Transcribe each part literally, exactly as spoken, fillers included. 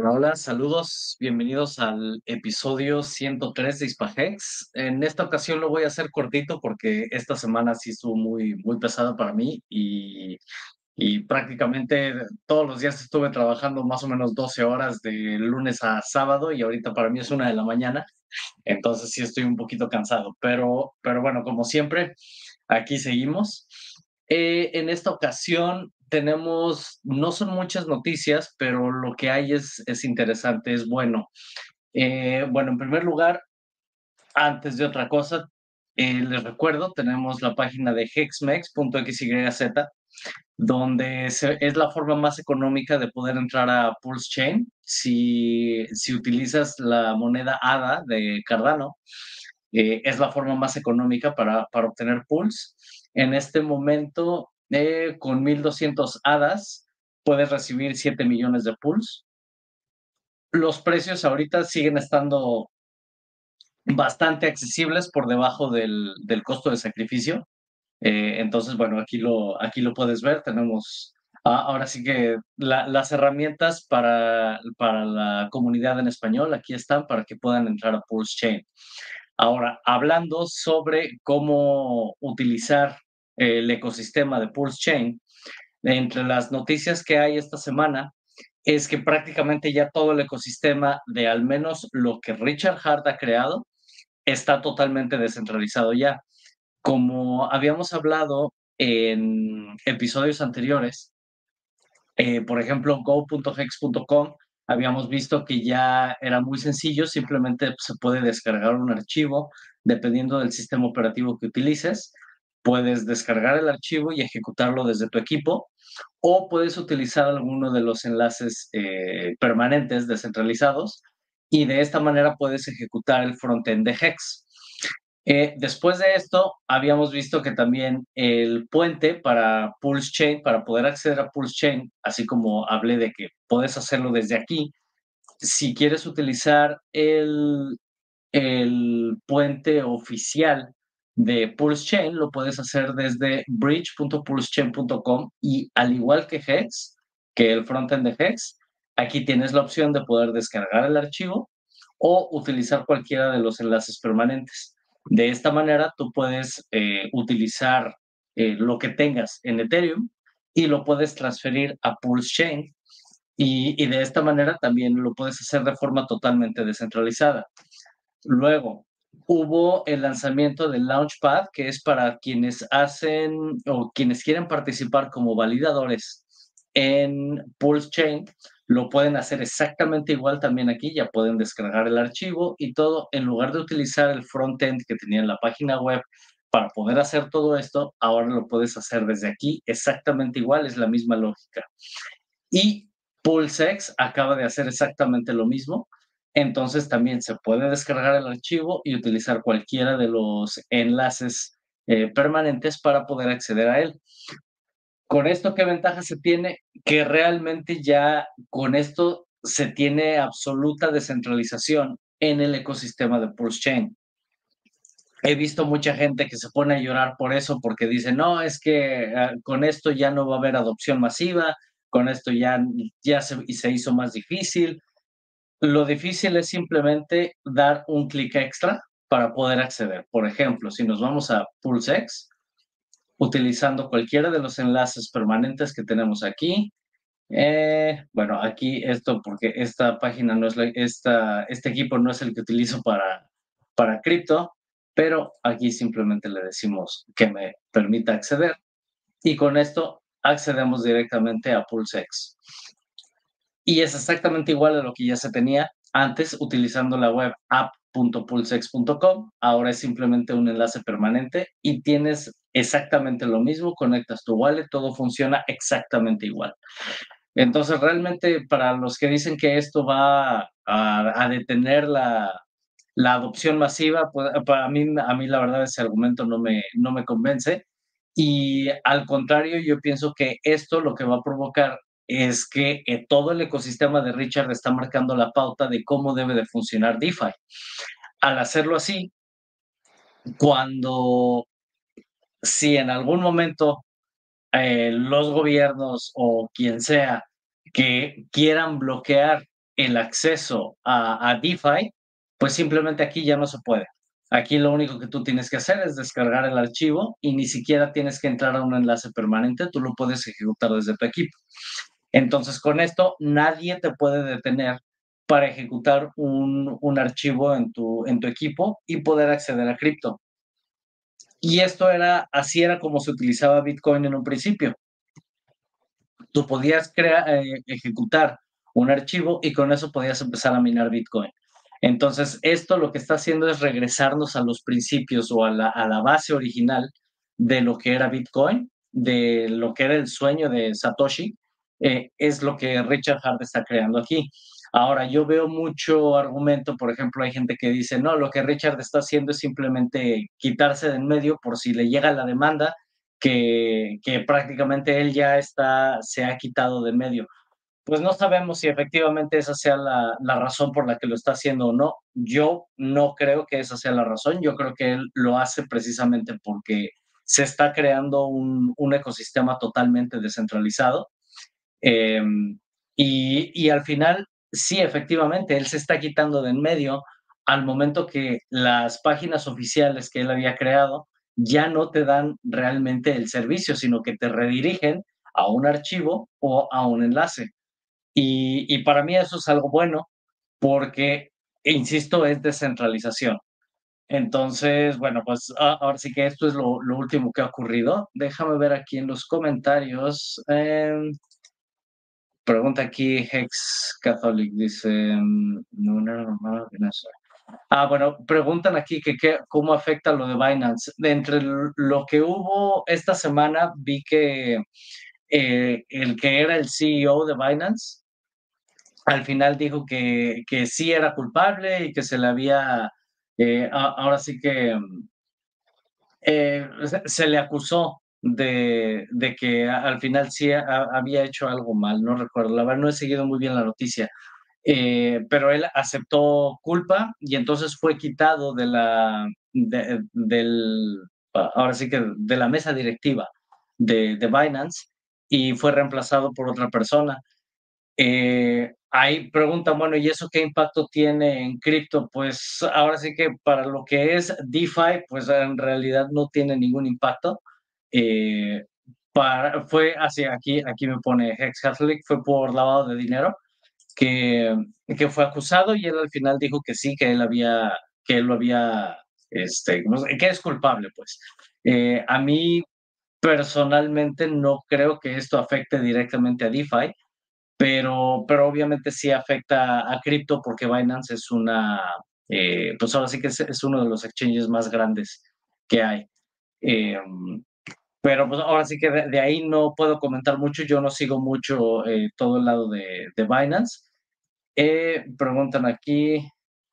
Hola, hola, saludos, bienvenidos al episodio ciento tres de Hispahex. En esta ocasión lo voy a hacer cortito porque esta semana sí estuvo muy, muy pesada para mí y, y prácticamente todos los días estuve trabajando más o menos doce horas de lunes a sábado y ahorita para mí es una de la mañana, entonces sí estoy un poquito cansado, pero, pero bueno, como siempre, aquí seguimos. Eh, en esta ocasión tenemos, no son muchas noticias, pero lo que hay es, es interesante, es bueno. Eh, bueno, en primer lugar, antes de otra cosa, eh, les recuerdo, tenemos la página de hexmex punto x y z, donde se- es la forma más económica de poder entrar a Pulse Chain. Si, si utilizas la moneda A D A de Cardano, eh, es la forma más económica para, para obtener Pulse. En este momento, eh, con mil doscientos A D As, puedes recibir siete millones de Pulse. Los precios ahorita siguen estando bastante accesibles por debajo del, del costo de sacrificio. Eh, entonces, bueno, aquí lo, aquí lo puedes ver. Tenemos ah, ahora sí que la- las herramientas para, para la comunidad en español, aquí están para que puedan entrar a Pulse Chain. Ahora, hablando sobre cómo utilizar el ecosistema de Pulse Chain, entre las noticias que hay esta semana es que prácticamente ya todo el ecosistema de al menos lo que Richard Hart ha creado está totalmente descentralizado ya. Como habíamos hablado en episodios anteriores, eh, por ejemplo, go punto hex punto com, habíamos visto que ya era muy sencillo, simplemente se puede descargar un archivo dependiendo del sistema operativo que utilices. Puedes descargar el archivo y ejecutarlo desde tu equipo, o puedes utilizar alguno de los enlaces eh, permanentes descentralizados y de esta manera puedes ejecutar el frontend de Hex. Eh, después de esto, habíamos visto que también el puente para Pulse Chain, para poder acceder a Pulse Chain, así como hablé de que puedes hacerlo desde aquí, si quieres utilizar el, el puente oficial de Pulse Chain, lo puedes hacer desde bridge punto pulse chain punto com y al igual que Hex, que el frontend de Hex, aquí tienes la opción de poder descargar el archivo o utilizar cualquiera de los enlaces permanentes. De esta manera, tú puedes eh, utilizar eh, lo que tengas en Ethereum y lo puedes transferir a Pulse Chain y, y de esta manera también lo puedes hacer de forma totalmente descentralizada. Luego, hubo el lanzamiento del Launchpad, que es para quienes hacen o quienes quieren participar como validadores en Pulse Chain. Lo pueden hacer exactamente igual también aquí, ya pueden descargar el archivo y todo. En lugar de utilizar el frontend que tenía en la página web para poder hacer todo esto, ahora lo puedes hacer desde aquí exactamente igual, es la misma lógica. Y PulseX acaba de hacer exactamente lo mismo. Entonces también se puede descargar el archivo y utilizar cualquiera de los enlaces eh, permanentes para poder acceder a él. Con esto, ¿qué ventaja se tiene? Que realmente ya con esto se tiene absoluta descentralización en el ecosistema de Pulse Chain. He visto mucha gente que se pone a llorar por eso porque dice, no, es que uh, con esto ya no va a haber adopción masiva, con esto ya, ya se, se hizo más difícil. Lo difícil es simplemente dar un clic extra para poder acceder. Por ejemplo, si nos vamos a PulseX, utilizando cualquiera de los enlaces permanentes que tenemos aquí, eh, bueno, aquí esto porque esta página no es la, esta, este equipo no es el que utilizo para, para cripto, pero aquí simplemente le decimos que me permita acceder y con esto accedemos directamente a PulseX. Y es exactamente igual a lo que ya se tenía antes utilizando la web app punto pulsex punto com. Ahora es simplemente un enlace permanente y tienes exactamente lo mismo, conectas tu wallet, todo funciona exactamente igual. Entonces, realmente para los que dicen que esto va a, a detener la, la adopción masiva, pues para mí, a mí la verdad ese argumento no me, no me convence. Y al contrario, yo pienso que esto lo que va a provocar es que eh, todo el ecosistema de Richard está marcando la pauta de cómo debe de funcionar DeFi. Al hacerlo así, cuando si en algún momento eh, los gobiernos o quien sea que quieran bloquear el acceso a, a DeFi, pues simplemente aquí ya no se puede. Aquí lo único que tú tienes que hacer es descargar el archivo y ni siquiera tienes que entrar a un enlace permanente, tú lo puedes ejecutar desde tu equipo. Entonces, con esto nadie te puede detener para ejecutar un, un archivo en tu, en tu equipo y poder acceder a cripto. Y esto era, así era como se utilizaba Bitcoin en un principio. Tú podías crear, eh, ejecutar un archivo y con eso podías empezar a minar Bitcoin. Entonces, esto lo que está haciendo es regresarnos a los principios o a la, a la base original de lo que era Bitcoin, de lo que era el sueño de Satoshi, eh, es lo que Richard Hart está creando aquí. Ahora, yo veo mucho argumento, por ejemplo, hay gente que dice, no, lo que Richard está haciendo es simplemente quitarse de en medio por si le llega la demanda, que, que prácticamente él ya está, se ha quitado de medio. Pues no sabemos si efectivamente esa sea la, la razón por la que lo está haciendo o no. Yo no creo que esa sea la razón. Yo creo que él lo hace precisamente porque se está creando un, un ecosistema totalmente descentralizado. Eh, y, y al final, sí, efectivamente, él se está quitando de en medio al momento que las páginas oficiales que él había creado ya no te dan realmente el servicio, sino que te redirigen a un archivo o a un enlace. Y, y para mí eso es algo bueno porque, insisto, es descentralización. Entonces, bueno, pues a- ahora sí que esto es lo, lo último que ha ocurrido. Déjame ver aquí en los comentarios. em, Pregunta aquí Hex Catholic, dice, mm, no, no, no, no, no sé. Ah, bueno, preguntan aquí que, qué- cómo afecta lo de Binance. De entre l- lo que hubo esta semana, vi que eh, el que era el C E O de Binance, al final dijo que, que sí era culpable y que se le había, eh, a- ahora sí que mm, eh, se, se le acusó de, de que a- al final sí ha- había hecho algo mal, no recuerdo, la verdad no he seguido muy bien la noticia, eh, pero él aceptó culpa y entonces fue quitado de la, de- del, ahora sí que de la mesa directiva de, de Binance y fue reemplazado por otra persona. Eh, ahí preguntan, bueno, ¿y eso qué impacto tiene en cripto? Pues ahora sí que para lo que es DeFi, pues en realidad no tiene ningún impacto. Eh, para, fue hacia aquí, aquí me pone Hex Catholic, fue por lavado de dinero que, que fue acusado y él al final dijo que sí, que él había, que él lo había, este, ¿cómo se- que es culpable, pues. Eh, a mí personalmente no creo que esto afecte directamente a DeFi, pero, pero obviamente sí afecta a cripto porque Binance es una, eh, pues ahora sí que es, es uno de los exchanges más grandes que hay. Eh, pero pues ahora sí que de, de, ahí no puedo comentar mucho, yo no sigo mucho eh, todo el lado de, de Binance. Eh, preguntan aquí,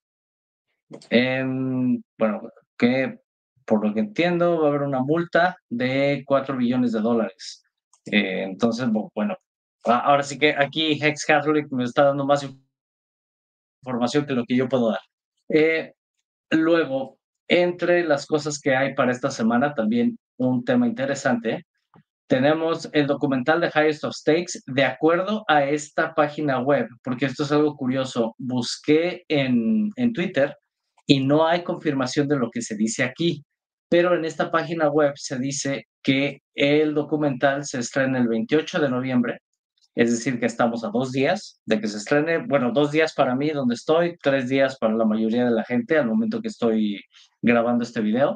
eh, bueno, que por lo que entiendo va a haber una multa de cuatro billones de dólares. Eh, entonces, bueno, ahora sí que aquí Hex Catholic me está dando más información que lo que yo puedo dar. Eh, luego, entre las cosas que hay para esta semana, también un tema interesante, tenemos el documental de Highest of Stakes. De acuerdo a esta página web, porque esto es algo curioso, busqué en, en Twitter y no hay confirmación de lo que se dice aquí, pero en esta página web se dice que el documental se estrena el veintiocho de noviembre, es decir, que estamos a dos días de que se estrene, bueno, dos días para mí donde estoy, tres días para la mayoría de la gente al momento que estoy grabando este video.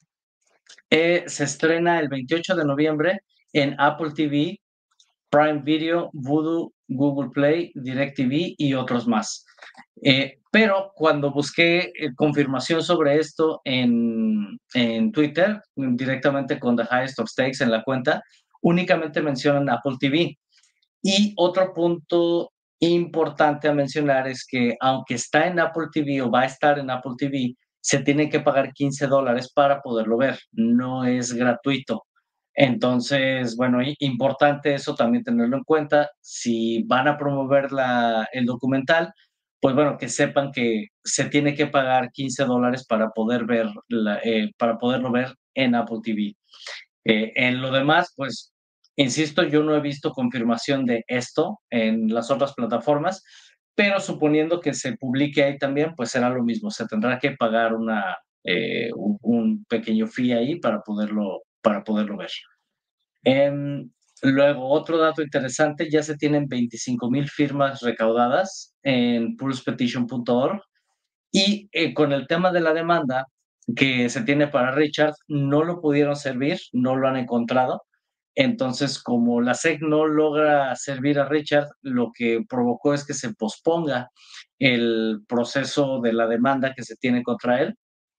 Eh, se estrena el veintiocho de noviembre en Apple T V, Prime Video, Vudu, Google Play, DirecTV y otros más. Eh, pero cuando busqué eh, confirmación sobre esto en, en Twitter, directamente con The Highest of Stakes en la cuenta, únicamente mencionan Apple T V. Y otro punto importante a mencionar es que aunque está en Apple T V o va a estar en Apple T V, se tiene que pagar quince dólares para poderlo ver, no es gratuito. Entonces, bueno, importante eso también tenerlo en cuenta. Si van a promover la, el documental, pues bueno, que sepan que se tiene que pagar quince dólares para poder ver la, eh, para poderlo ver en Apple T V. Eh, en lo demás, pues, insisto, yo no he visto confirmación de esto en las otras plataformas, pero suponiendo que se publique ahí también, pues será lo mismo, se tendrá que pagar una, eh, un, un pequeño fee ahí para poderlo, para poderlo ver. Em, Luego, otro dato interesante, ya se tienen veinticinco mil firmas recaudadas en pulse petition punto org y eh, con el tema de la demanda que se tiene para Richard, no lo pudieron servir, no lo han encontrado. Entonces, como la S E C no logra servir a Richard, lo que provocó es que se posponga el proceso de la demanda que se tiene contra él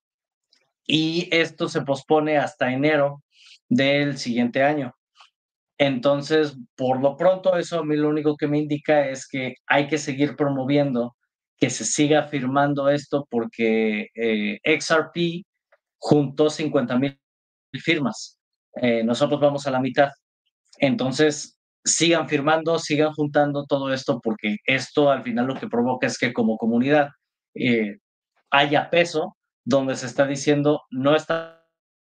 y esto se pospone hasta enero del siguiente año. Entonces, por lo pronto, eso a mí lo único que me indica es que hay que seguir promoviendo que se siga firmando esto porque eh, X R P juntó cincuenta mil firmas. Eh, nosotros vamos a la mitad. Entonces, sigan firmando, sigan juntando todo esto porque esto al final lo que provoca es que como comunidad eh, haya peso donde se está diciendo no está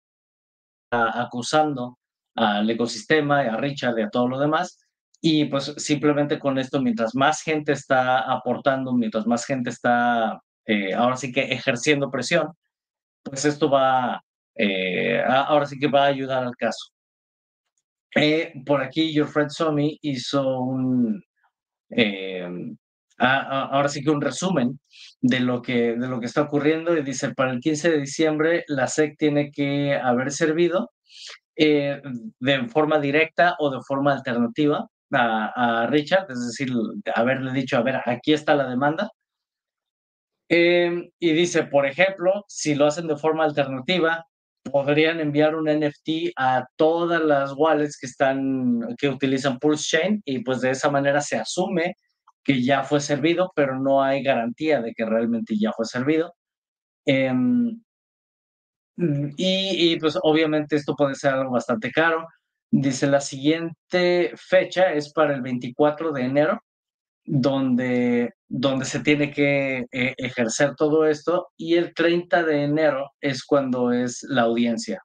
acusando al ecosistema, a Richard y a todo lo demás. Y pues simplemente con esto, mientras más gente está aportando, mientras más gente está eh, ahora sí que ejerciendo presión, pues esto va, eh, ahora sí que va a ayudar al caso. Eh, por aquí, Your Friend Somi hizo un, eh, a, a, ahora sí que un resumen de lo que, de lo que está ocurriendo y dice, para el quince de diciembre la S E C tiene que haber servido eh, de forma directa o de forma alternativa a, a Richard, es decir, haberle dicho, a ver, aquí está la demanda. Eh, y dice, por ejemplo, si lo hacen de forma alternativa, podrían enviar un N F T a todas las wallets que están, que utilizan Pulse Chain y pues de esa manera se asume que ya fue servido, pero no hay garantía de que realmente ya fue servido. Eh, y, y, pues obviamente esto puede ser algo bastante caro. Dice, la siguiente fecha es para el veinticuatro de enero, donde, donde se tiene que eh, ejercer todo esto, y el treinta de enero es cuando es la audiencia.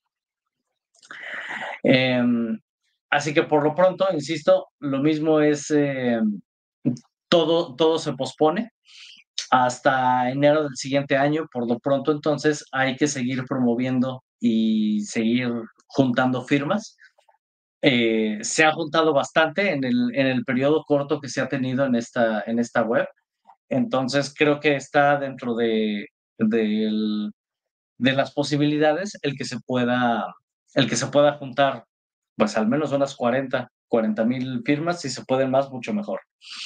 Eh, Así que por lo pronto, insisto, lo mismo es, eh, todo, todo se pospone hasta enero del siguiente año. Por lo pronto, entonces, hay que seguir promoviendo y seguir juntando firmas. Eh, se ha juntado bastante en el, en el periodo corto que se ha tenido en esta, en esta web. Entonces, creo que está dentro de, de, el, de las posibilidades el que se pueda, el que se pueda juntar, pues al menos unas cuarenta mil firmas. Si se pueden más, mucho mejor.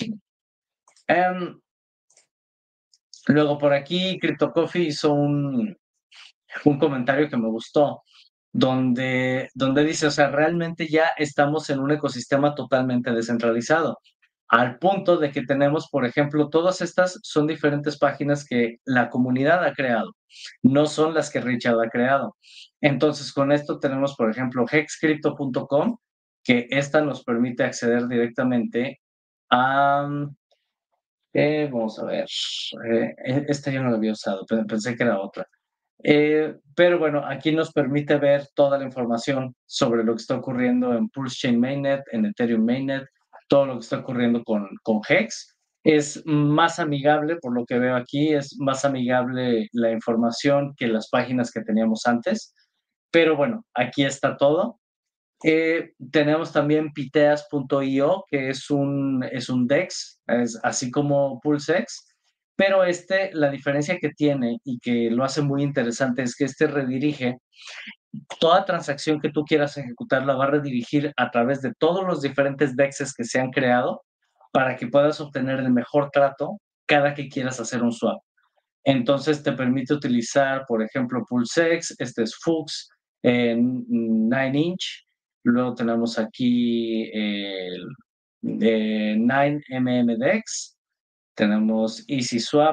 Um, Luego por aquí, Crypto Coffee hizo un, un comentario que me gustó, donde, donde dice, o sea, realmente ya estamos en un ecosistema totalmente descentralizado, al punto de que tenemos, por ejemplo, todas estas son diferentes páginas que la comunidad ha creado, no son las que Richard ha creado. Entonces, con esto tenemos, por ejemplo, hex crypto punto com, que esta nos permite acceder directamente a... Eh, vamos a ver, eh, e- esta yo no la había usado, pe- pensé que era otra. Eh, pero bueno, aquí nos permite ver toda la información sobre lo que está ocurriendo en Pulse Chain Mainnet, en Ethereum Mainnet, todo lo que está ocurriendo con, con Hex. Es más amigable, por lo que veo aquí, es más amigable la información que las páginas que teníamos antes. Pero bueno, aquí está todo. Eh, tenemos también piteas punto i o, que es un, es un DEX, es así como PulseX, pero este, la diferencia que tiene y que lo hace muy interesante es que este redirige toda transacción que tú quieras ejecutar, la va a redirigir a través de todos los diferentes DEXs que se han creado para que puedas obtener el mejor trato cada que quieras hacer un swap. Entonces te permite utilizar, por ejemplo, PulseX, este es Fux, eh, nine inch, luego tenemos aquí el eh, nueve M M DEX, tenemos EasySwap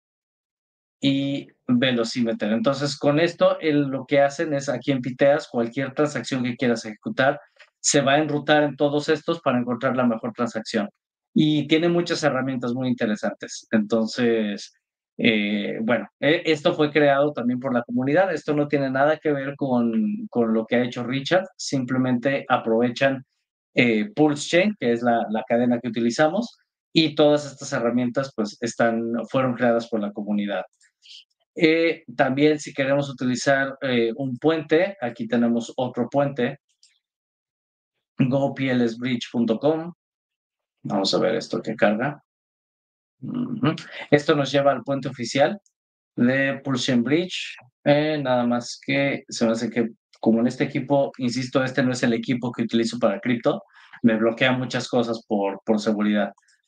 y Velocimeter. Entonces, con esto el, lo que hacen es aquí en Piteas, cualquier transacción que quieras ejecutar, se va a enrutar en todos estos para encontrar la mejor transacción. Y tiene muchas herramientas muy interesantes. Entonces, eh, bueno, eh, esto fue creado también por la comunidad. Esto no tiene nada que ver con, con lo que ha hecho Richard. Simplemente aprovechan eh, Pulse Chain, que es la, la cadena que utilizamos, y todas estas herramientas pues están, fueron creadas por la comunidad. Eh, también si queremos utilizar eh, un puente, aquí tenemos otro puente, go p l s bridge punto com. Vamos a ver esto que carga. Uh-huh. Esto nos lleva al puente oficial de Pulsion Bridge. Eh, nada más que se me hace que, como en este equipo, insisto, este no es el equipo que utilizo para cripto, me bloquea muchas cosas por, por seguridad.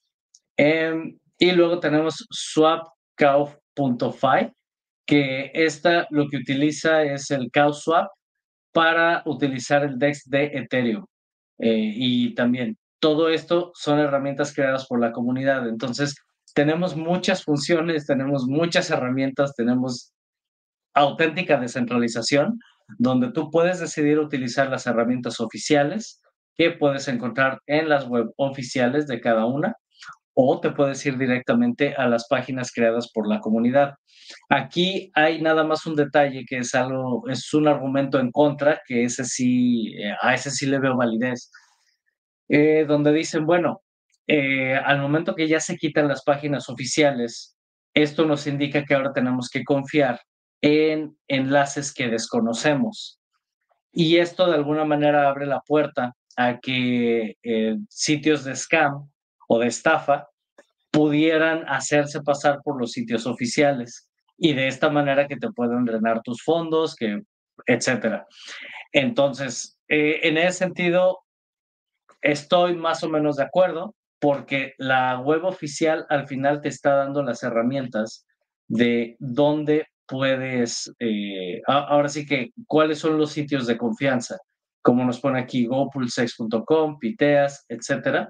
Eh, y luego tenemos swapcauf punto f i, que esta lo que utiliza es el CowSwap para utilizar el D E X de Ethereum. Eh, y también todo esto son herramientas creadas por la comunidad. Entonces, tenemos muchas funciones, tenemos muchas herramientas, tenemos auténtica descentralización, donde tú puedes decidir utilizar las herramientas oficiales que puedes encontrar en las web oficiales de cada una, o te puedes ir directamente a las páginas creadas por la comunidad. Aquí hay nada más un detalle que es algo, es un argumento en contra, que ese sí, eh, a ese sí le veo validez, eh, donde dicen, bueno, eh, al momento que ya se quitan las páginas oficiales, esto nos indica que ahora tenemos que confiar en enlaces que desconocemos. Y esto de alguna manera abre la puerta a que eh, sitios de scam o de estafa pudieran hacerse pasar por los sitios oficiales y de esta manera que te puedan drenar tus fondos, que, etcétera. Entonces, eh, en ese sentido, estoy más o menos de acuerdo porque la web oficial al final te está dando las herramientas de dónde puedes, eh, ahora sí que, cuáles son los sitios de confianza, como nos pone aquí go pulsex punto com, Piteas, etcétera.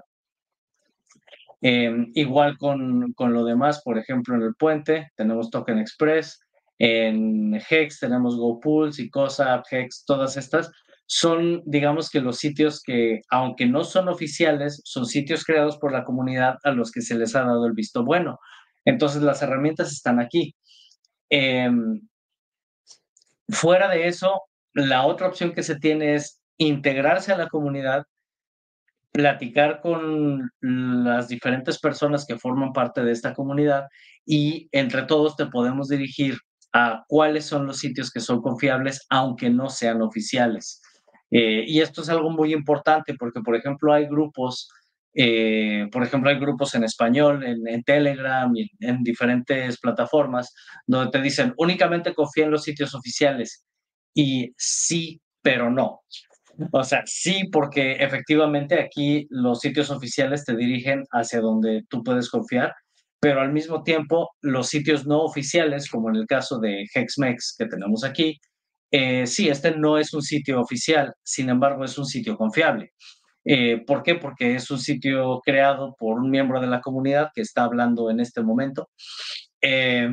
Eh, igual con, con lo demás, por ejemplo, en el puente tenemos Token Express, en Hex tenemos GoPulse, Icosa, Hex, todas estas son, digamos que los sitios que, aunque no son oficiales, son sitios creados por la comunidad a los que se les ha dado el visto bueno. Entonces, las herramientas están aquí. Eh, fuera de eso, la otra opción que se tiene es integrarse a la comunidad, platicar con las diferentes personas que forman parte de esta comunidad y entre todos te podemos dirigir a cuáles son los sitios que son confiables, aunque no sean oficiales. Eh, y esto es algo muy importante porque, por ejemplo, hay grupos, eh, por ejemplo, hay grupos en español, en, en Telegram y en, en diferentes plataformas, donde te dicen únicamente confía en los sitios oficiales. Y sí, pero no. O sea, sí, porque efectivamente aquí los sitios oficiales te dirigen hacia donde tú puedes confiar, pero al mismo tiempo los sitios no oficiales, como en el caso de Hexmex que tenemos aquí, eh, sí, este no es un sitio oficial, sin embargo es un sitio confiable. Eh, ¿Por qué? Porque es un sitio creado por un miembro de la comunidad que está hablando en este momento. Eh,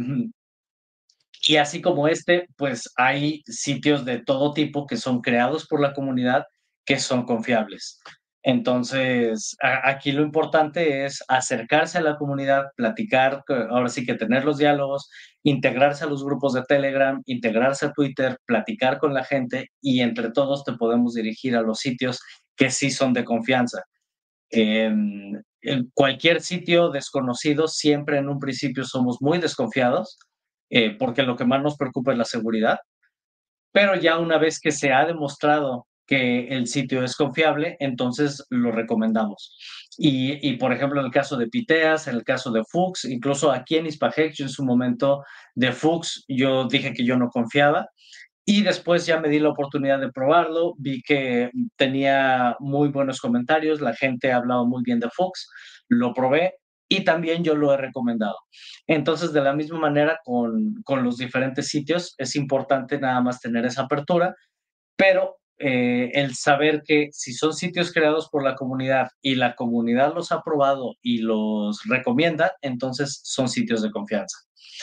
y así como este, pues hay sitios de todo tipo que son creados por la comunidad que son confiables. Entonces, a- aquí lo importante es acercarse a la comunidad, platicar, que- ahora sí que tener los diálogos, integrarse a los grupos de Telegram, integrarse a Twitter, platicar con la gente y entre todos te podemos dirigir a los sitios que sí son de confianza. En, en cualquier sitio desconocido, siempre en un principio somos muy desconfiados, eh, porque lo que más nos preocupa es la seguridad, pero ya una vez que se ha demostrado que el sitio es confiable, entonces lo recomendamos. Y, y por ejemplo, en el caso de Piteas, en el caso de Fux, incluso aquí en Hispahex, yo en su momento de Fux, yo dije que yo no confiaba, y después ya me di la oportunidad de probarlo, vi que tenía muy buenos comentarios, la gente hablaba muy bien de Fox, lo probé y también yo lo he recomendado. Entonces, de la misma manera con, con los diferentes sitios, es importante nada más tener esa apertura, pero eh, el saber que si son sitios creados por la comunidad y la comunidad los ha probado y los recomienda, entonces son sitios de confianza.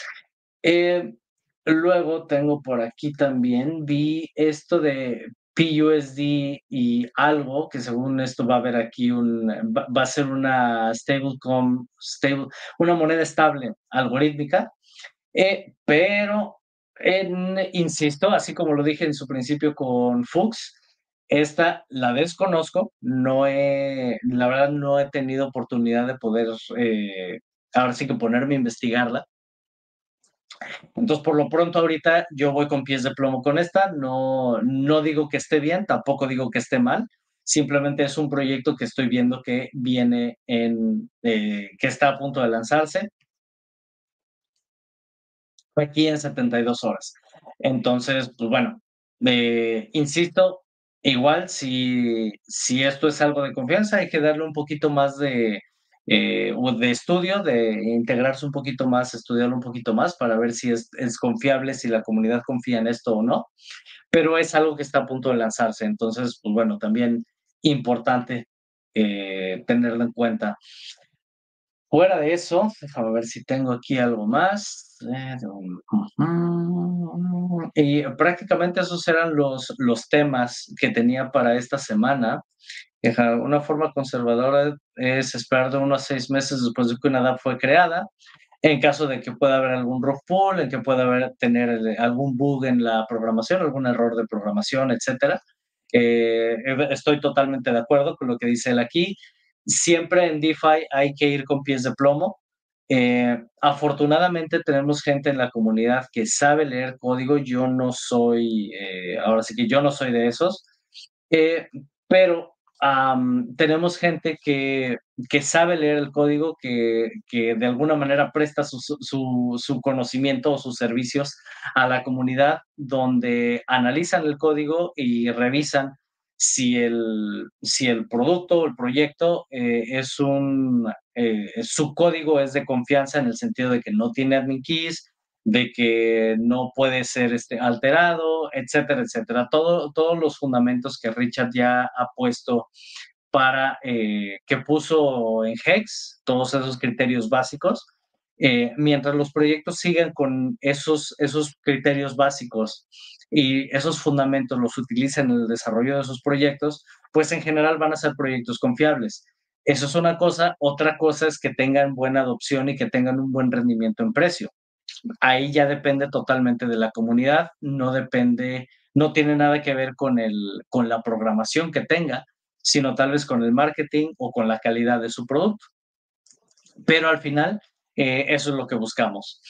Eh, luego tengo por aquí también, vi esto de P U S D y algo, que según esto va a haber aquí un, va, va a ser una stablecoin, stable, una moneda estable algorítmica, eh, pero en, insisto, así como lo dije en su principio con Fux, Esta la desconozco, no he, la verdad no he tenido oportunidad de poder, eh, ahora sí que ponerme a investigarla. Entonces, por lo pronto ahorita yo voy con pies de plomo con esta, no, no digo que esté bien, tampoco digo que esté mal, simplemente es un proyecto que estoy viendo que viene en, eh, que está a punto de lanzarse aquí en setenta y dos horas. Entonces, pues bueno, eh, insisto, igual si, si esto es algo de confianza, hay que darle un poquito más de, eh, o de estudio, de integrarse un poquito más, estudiarlo un poquito más para ver si es, es confiable, si la comunidad confía en esto o no, pero es algo que está a punto de lanzarse. Entonces, pues bueno, también importante eh, tenerlo en cuenta. Fuera de eso, déjame ver si tengo aquí algo más. Eh, ujú. Y prácticamente esos eran los, los temas que tenía para esta semana. Deja- Una forma conservadora es esperar de uno a seis meses después de que una D A P fue creada, en caso de que pueda haber algún rug pull, en que pueda haber tener eh, algún bug en la programación, algún error de programación, etcétera. Eh, estoy totalmente de acuerdo con lo que dice él aquí. Siempre en DeFi hay que ir con pies de plomo. Eh, afortunadamente tenemos gente en la comunidad que sabe leer código. Yo no soy, eh, ahora sí que yo no soy de esos. Eh, pero am, tenemos gente que, que sabe leer el código, que, que de alguna manera presta su, su, su conocimiento o sus servicios a la comunidad, donde analizan el código y revisan si el, si el producto o el proyecto eh, es un, eh, su código es de confianza en el sentido de que no tiene admin keys, de que no puede ser este, alterado, etcétera, etcétera. Todo, todos los fundamentos que Richard ya ha puesto para, eh, que puso en Hex, todos esos criterios básicos, eh, mientras los proyectos sigan con esos, esos criterios básicos y esos fundamentos los utilicen en el desarrollo de sus proyectos, pues en general van a ser proyectos confiables. Eso es una cosa. Otra cosa es que tengan buena adopción y que tengan un buen rendimiento en precio. Ahí ya depende totalmente de la comunidad, no depende, no tiene nada que ver con el, con la programación que tenga, sino tal vez con el marketing o con la calidad de su producto. Pero al final, eh, eso es lo que buscamos.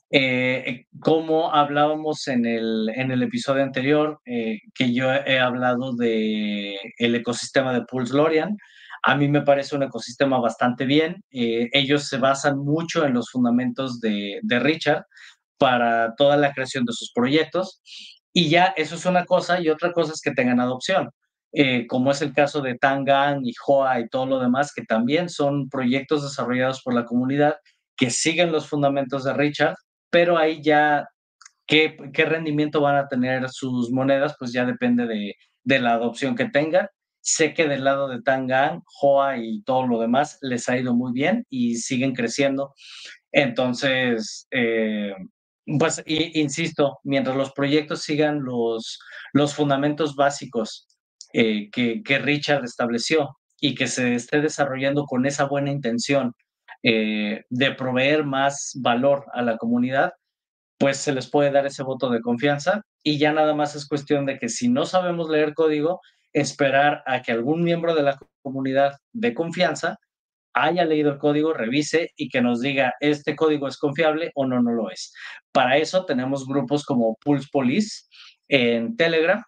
Eh, como hablábamos en el, en el episodio anterior, eh, que yo he hablado de el ecosistema de Pulse Lorian, a mí me parece un ecosistema bastante bien. Eh, ellos se basan mucho en los fundamentos de, de Richard para toda la creación de sus proyectos. Y ya eso es una cosa, y otra cosa es que tengan adopción, eh, como es el caso de Tangan y Hoa y todo lo demás, que también son proyectos desarrollados por la comunidad que siguen los fundamentos de Richard, pero ahí ya qué, qué rendimiento van a tener sus monedas, pues ya depende de, de la adopción que tengan. Sé que del lado de Tangan, Hoa y todo lo demás les ha ido muy bien y siguen creciendo. Entonces, eh, pues, y, insisto, mientras los proyectos sigan los, los fundamentos básicos eh, que, que Richard estableció y que se esté desarrollando con esa buena intención eh, de proveer más valor a la comunidad, pues se les puede dar ese voto de confianza y ya nada más es cuestión de que si no sabemos leer código, esperar a que algún miembro de la comunidad de confianza haya leído el código, revise y que nos diga este código es confiable o no, no lo es. Para eso tenemos grupos como Pulse Police en Telegram,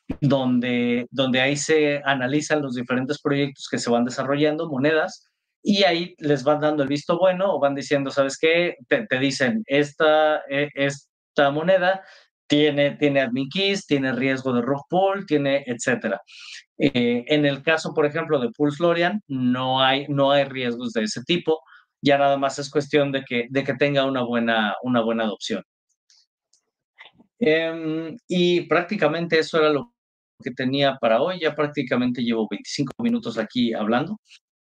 donde, donde ahí se analizan los diferentes proyectos que se van desarrollando, monedas, y ahí les van dando el visto bueno o van diciendo, ¿sabes qué? Te, te dicen, esta, eh, esta moneda tiene, tiene admin keys, tiene riesgo de rug pull, tiene, etcétera. Eh, en el caso, por ejemplo, de Pulse Lorian, no hay, no hay riesgos de ese tipo. Ya nada más es cuestión de que, de que tenga una buena, una buena adopción. Eh, y prácticamente eso era lo que tenía para hoy. Ya prácticamente llevo veinticinco minutos aquí hablando.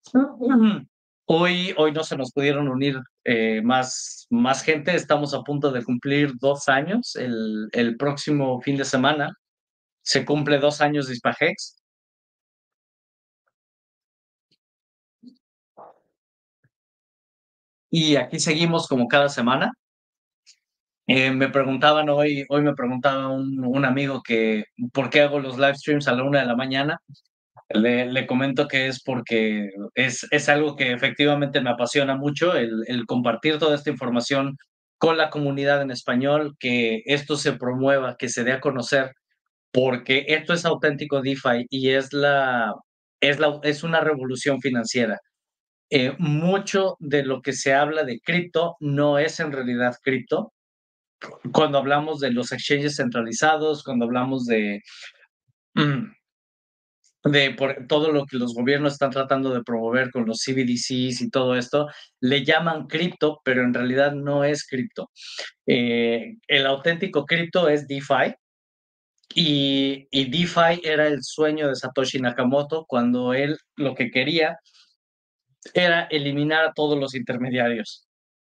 Hoy, hoy no se nos pudieron unir eh, más, más gente. Estamos a punto de cumplir dos años. El, el próximo fin de semana se cumple dos años de Hispahex. Y aquí seguimos como cada semana. Eh, me preguntaban hoy, hoy me preguntaba un, un amigo que por qué hago los live streams a la una de la mañana. Le, le comento que es porque es, es algo que efectivamente me apasiona mucho, el, el compartir toda esta información con la comunidad en español, que esto se promueva, que se dé a conocer, porque esto es auténtico DeFi y es la, es la, es una revolución financiera. Eh, mucho de lo que se habla de cripto no es en realidad cripto. Cuando hablamos de los exchanges centralizados, cuando hablamos de, mm, de por todo lo que los gobiernos están tratando de promover con los C B D Cs y todo esto, le llaman cripto, pero en realidad no es cripto. Eh, el auténtico cripto es DeFi. Y, y DeFi era el sueño de Satoshi Nakamoto cuando él lo que quería era eliminar a todos los intermediarios.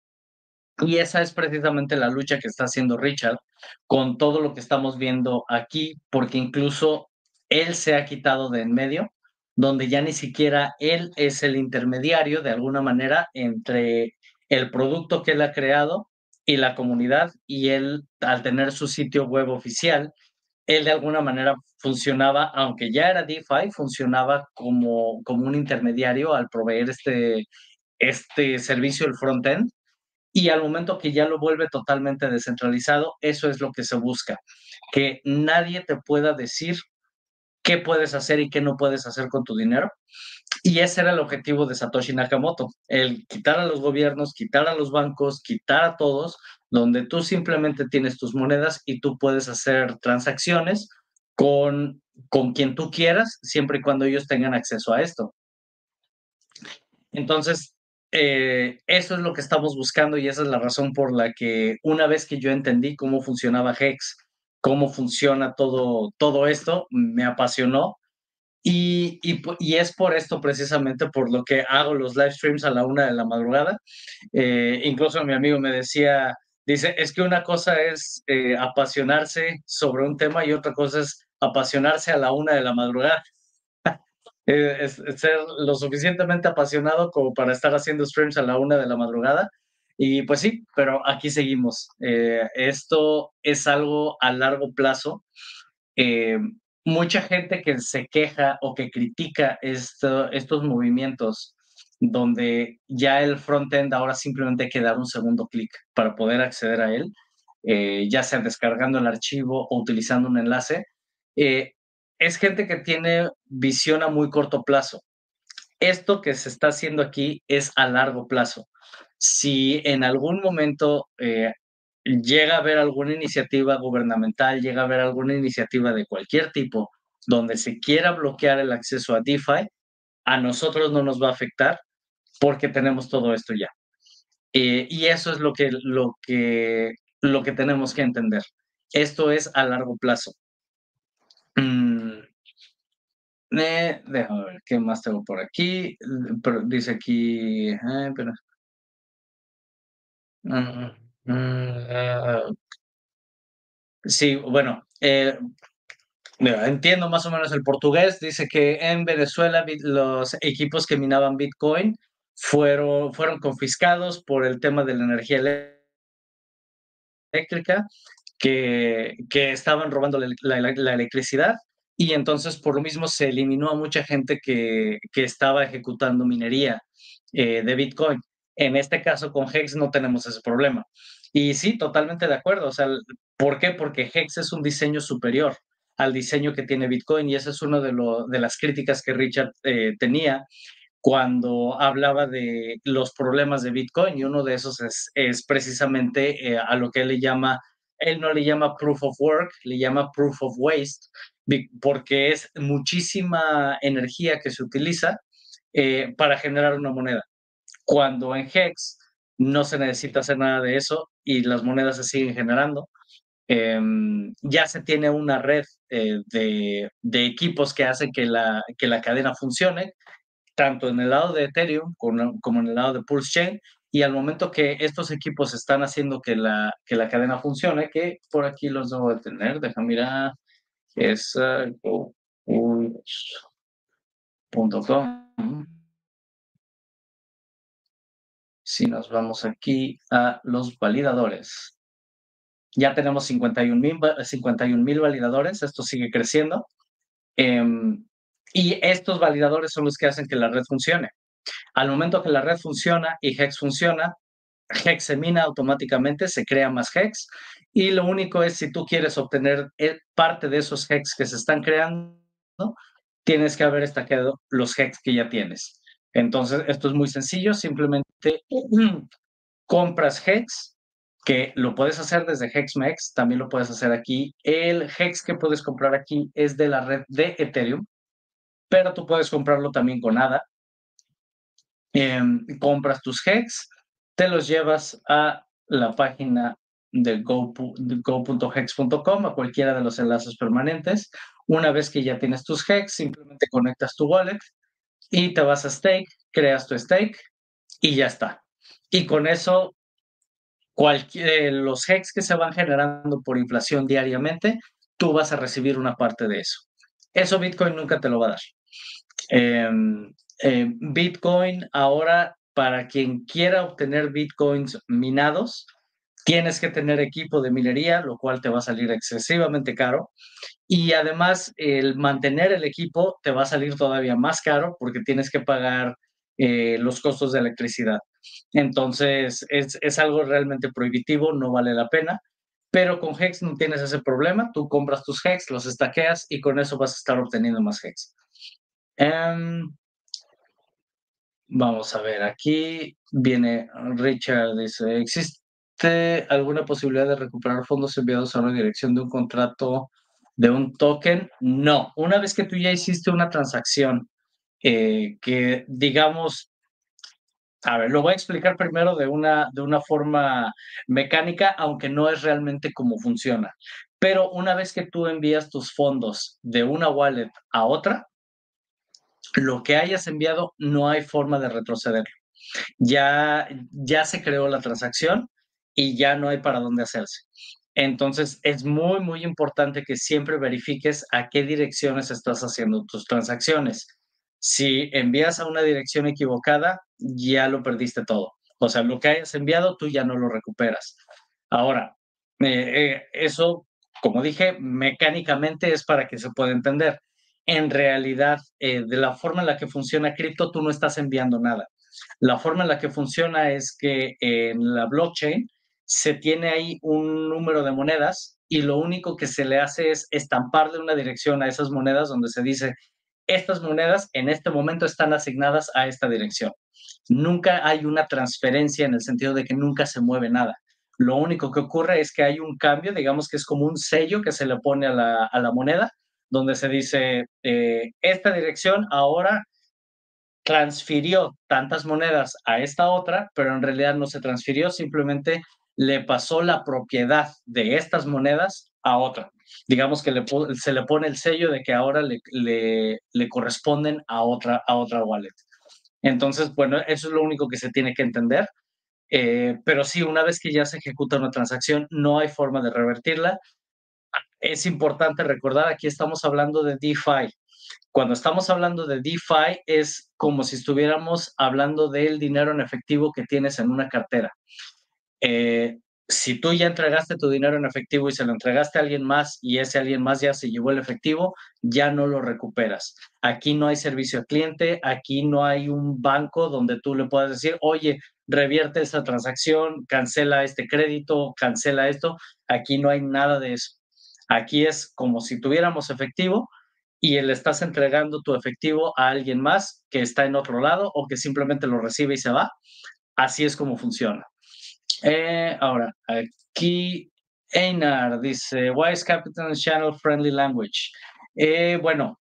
Y esa es precisamente la lucha que está haciendo Richard con todo lo que estamos viendo aquí, porque incluso él se ha quitado de en medio, donde ya ni siquiera él es el intermediario de alguna manera entre el producto que él ha creado y la comunidad, y él, al tener su sitio web oficial, él de alguna manera funcionaba, aunque ya era DeFi, funcionaba como, como un intermediario al proveer este, este servicio, el frontend, y al momento que ya lo vuelve totalmente descentralizado, eso es lo que se busca, que nadie te pueda decir qué puedes hacer y qué no puedes hacer con tu dinero. Y ese era el objetivo de Satoshi Nakamoto, el quitar a los gobiernos, quitar a los bancos, quitar a todos, donde tú simplemente tienes tus monedas y tú puedes hacer transacciones con, con quien tú quieras, siempre y cuando ellos tengan acceso a esto. Entonces, eh, eso es lo que estamos buscando y esa es la razón por la que una vez que yo entendí cómo funcionaba Hex, cómo funciona todo, todo esto, me apasionó y, y, y, es por esto precisamente por lo que hago los live streams a la una de la madrugada. Eh, incluso mi amigo me decía, dice, es que una cosa es eh, apasionarse sobre un tema y otra cosa es apasionarse a la una de la madrugada. Eh, es, es ser lo suficientemente apasionado como para estar haciendo streams a la una de la madrugada. Y pues sí, pero aquí seguimos. Eh, esto es algo a largo plazo. Eh, Mucha gente que se queja o que critica esto, estos movimientos donde ya el frontend ahora simplemente hay que dar un segundo clic para poder acceder a él, eh, ya sea descargando el archivo o utilizando un enlace, eh, es gente que tiene visión a muy corto plazo. Esto que se está haciendo aquí es a largo plazo. Si en algún momento eh, llega a haber alguna iniciativa gubernamental, llega a haber alguna iniciativa de cualquier tipo donde se quiera bloquear el acceso a DeFi, a nosotros no nos va a afectar porque tenemos todo esto ya. Eh, y eso es lo que, lo, que, lo que tenemos que entender. Esto es a largo plazo. Mm, eh, déjame ver qué más tengo por aquí. Pero dice aquí, eh, pero, mm, mm, eh, sí, bueno, eh, mira, entiendo más o menos el portugués. Dice que en Venezuela bit- los equipos que minaban Bitcoin fueron, fueron confiscados por el tema de la energía eléctrica, que, que estaban robando la, la- la electricidad y entonces por lo mismo se eliminó a mucha gente que, que estaba ejecutando minería eh, de Bitcoin. En este caso con Hex no tenemos ese problema. Y sí, totalmente de acuerdo. O sea, ¿por qué? Porque Hex es un diseño superior al diseño que tiene Bitcoin y esa es una de, lo, de las críticas que Richard eh, tenía cuando hablaba de los problemas de Bitcoin y uno de esos es, es precisamente eh, a lo que él le llama, él no le llama proof of work, le llama proof of waste, porque es muchísima energía que se utiliza eh, para generar una moneda. Cuando en Hex no se necesita hacer nada de eso y las monedas se siguen generando. Eh, ya se tiene una red eh, de, de, equipos que hacen que la, que la cadena funcione tanto en el lado de Ethereum como, como en el lado de Pulse Chain. Y al momento que estos equipos están haciendo que la, que la cadena funcione, que por aquí los debo de tener, deja mirar, es uh, punto com. Si nos vamos aquí a los validadores. Ya tenemos cincuenta y un mil validadores, esto sigue creciendo. Eh, y estos validadores son los que hacen que la red funcione. Al momento que la red funciona y Hex funciona, Hex se mina automáticamente, se crea más Hex, y lo único es, si tú quieres obtener parte de esos Hex que se están creando, tienes que haber estaqueado los Hex que ya tienes. Entonces, esto es muy sencillo, simplemente compras Hex, que lo puedes hacer desde HexMex, también lo puedes hacer aquí. El Hex que puedes comprar aquí es de la red de Ethereum, pero tú puedes comprarlo también con A D A. Eh, compras tus Hex, te los llevas a la página de go punto hex punto com, a cualquiera de los enlaces permanentes. Una vez que ya tienes tus Hex, simplemente conectas tu wallet y te vas a stake, creas tu stake y ya está. Y con eso, cualquier, los Hex que se van generando por inflación diariamente, tú vas a recibir una parte de eso. Eso Bitcoin nunca te lo va a dar. Eh, eh, Bitcoin ahora, para quien quiera obtener Bitcoins minados, tienes que tener equipo de minería, lo cual te va a salir excesivamente caro. Y además, el mantener el equipo te va a salir todavía más caro porque tienes que pagar eh, los costos de electricidad. Entonces, es, es algo realmente prohibitivo, no vale la pena. Pero con Hex no tienes ese problema. Tú compras tus Hex, los estaqueas y con eso vas a estar obteniendo más Hex. Um, vamos a ver, aquí viene Richard, dice, ¿existe alguna posibilidad de recuperar fondos enviados a una dirección de un contrato de un token? No, una vez que tú ya hiciste una transacción eh, que digamos, a ver, lo voy a explicar primero de una, de una forma mecánica, aunque no es realmente cómo funciona. Pero una vez que tú envías tus fondos de una wallet a otra, lo que hayas enviado no hay forma de retrocederlo. Ya, ya se creó la transacción y ya no hay para dónde hacerse. Entonces, es muy, muy importante que siempre verifiques a qué direcciones estás haciendo tus transacciones. Si envías a una dirección equivocada, ya lo perdiste todo. O sea, lo que hayas enviado, tú ya no lo recuperas. Ahora, eh, eh, eso, como dije, mecánicamente es para que se pueda entender. En realidad, eh, de la forma en la que funciona cripto, tú no estás enviando nada. La forma en la que funciona es que en la blockchain se tiene ahí un número de monedas y lo único que se le hace es estamparle una dirección a esas monedas donde se dice, estas monedas en este momento están asignadas a esta dirección. Nunca hay una transferencia en el sentido de que nunca se mueve nada. Lo único que ocurre es que hay un cambio, digamos que es como un sello que se le pone a la, a la moneda, donde se dice, eh, esta dirección ahora transfirió tantas monedas a esta otra, pero en realidad no se transfirió, simplemente le pasó la propiedad de estas monedas a otra. Digamos que le, se le pone el sello de que ahora le, le, le corresponden a otra, a otra wallet. Entonces, bueno, eso es lo único que se tiene que entender. Eh, pero sí, una vez que ya se ejecuta una transacción, no hay forma de revertirla. Es importante recordar, aquí estamos hablando de DeFi. Cuando estamos hablando de DeFi es como si estuviéramos hablando del dinero en efectivo que tienes en una cartera. Eh, si tú ya entregaste tu dinero en efectivo y se lo entregaste a alguien más y ese alguien más ya se llevó el efectivo, ya no lo recuperas. Aquí no hay servicio al cliente, aquí no hay un banco donde tú le puedas decir, oye, revierte esta transacción, cancela este crédito, cancela esto. Aquí no hay nada de eso. Aquí es como si tuviéramos efectivo y le estás entregando tu efectivo a alguien más que está en otro lado o que simplemente lo recibe y se va. Así es como funciona. Eh, ahora, aquí Einar dice, why is Capital Channel friendly language? Eh, bueno,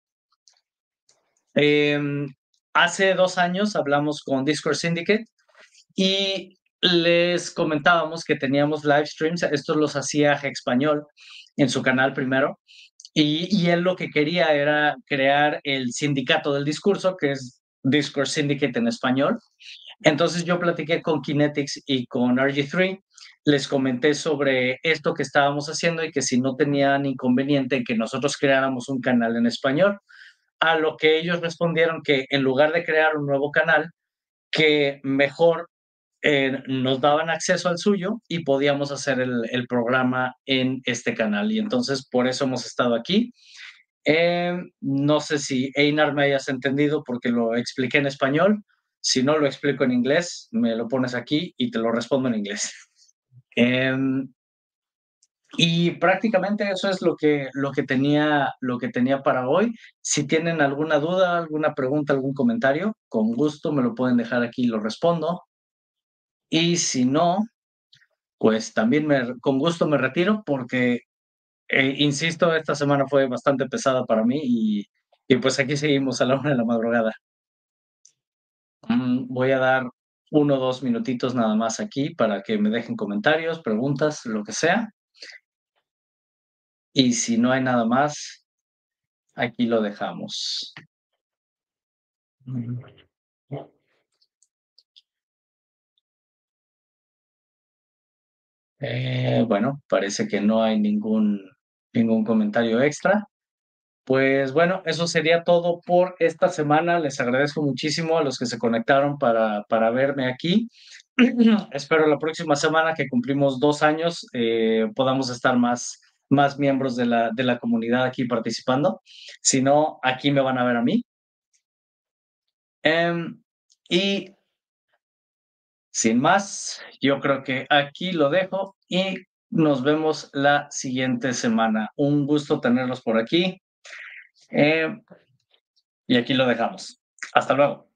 eh, hace dos años hablamos con Discord Syndicate y les comentábamos que teníamos live streams, estos los hacía Español en su canal primero, y, y él lo que quería era crear el sindicato del discurso, que es Discord Syndicate en español. Entonces yo platiqué con Kinetics y con R G tres, les comenté sobre esto que estábamos haciendo y que si no tenían inconveniente en que nosotros creáramos un canal en español, a lo que ellos respondieron que en lugar de crear un nuevo canal, que mejor eh, nos daban acceso al suyo y podíamos hacer el, el programa en este canal. Y entonces por eso hemos estado aquí. Eh, no sé si Einar me hayas entendido porque lo expliqué en español. Si no lo explico en inglés, me lo pones aquí y te lo respondo en inglés. Em, y prácticamente eso es lo que, lo que tenía, lo que tenía para hoy. Si tienen alguna duda, alguna pregunta, algún comentario, con gusto me lo pueden dejar aquí y lo respondo. Y si no, pues también me, con gusto me retiro porque, eh, insisto, esta semana fue bastante pesada para mí y, y pues aquí seguimos a la una de la madrugada. Mm, voy a dar uno o dos minutitos nada más aquí para que me dejen comentarios, preguntas, lo que sea. Y si no hay nada más, aquí lo dejamos. Mm. Eh, bueno, parece que no hay ningún, ningún comentario extra. Pues bueno, eso sería todo por esta semana. Les agradezco muchísimo a los que se conectaron para, para verme aquí. Espero la próxima semana que cumplimos dos años, eh, podamos estar más, más miembros de la, de la comunidad aquí participando. Si no, aquí me van a ver a mí. Em, y sin más, yo creo que aquí lo dejo y nos vemos la siguiente semana. Un gusto tenerlos por aquí. Em, y aquí lo dejamos. Hasta luego.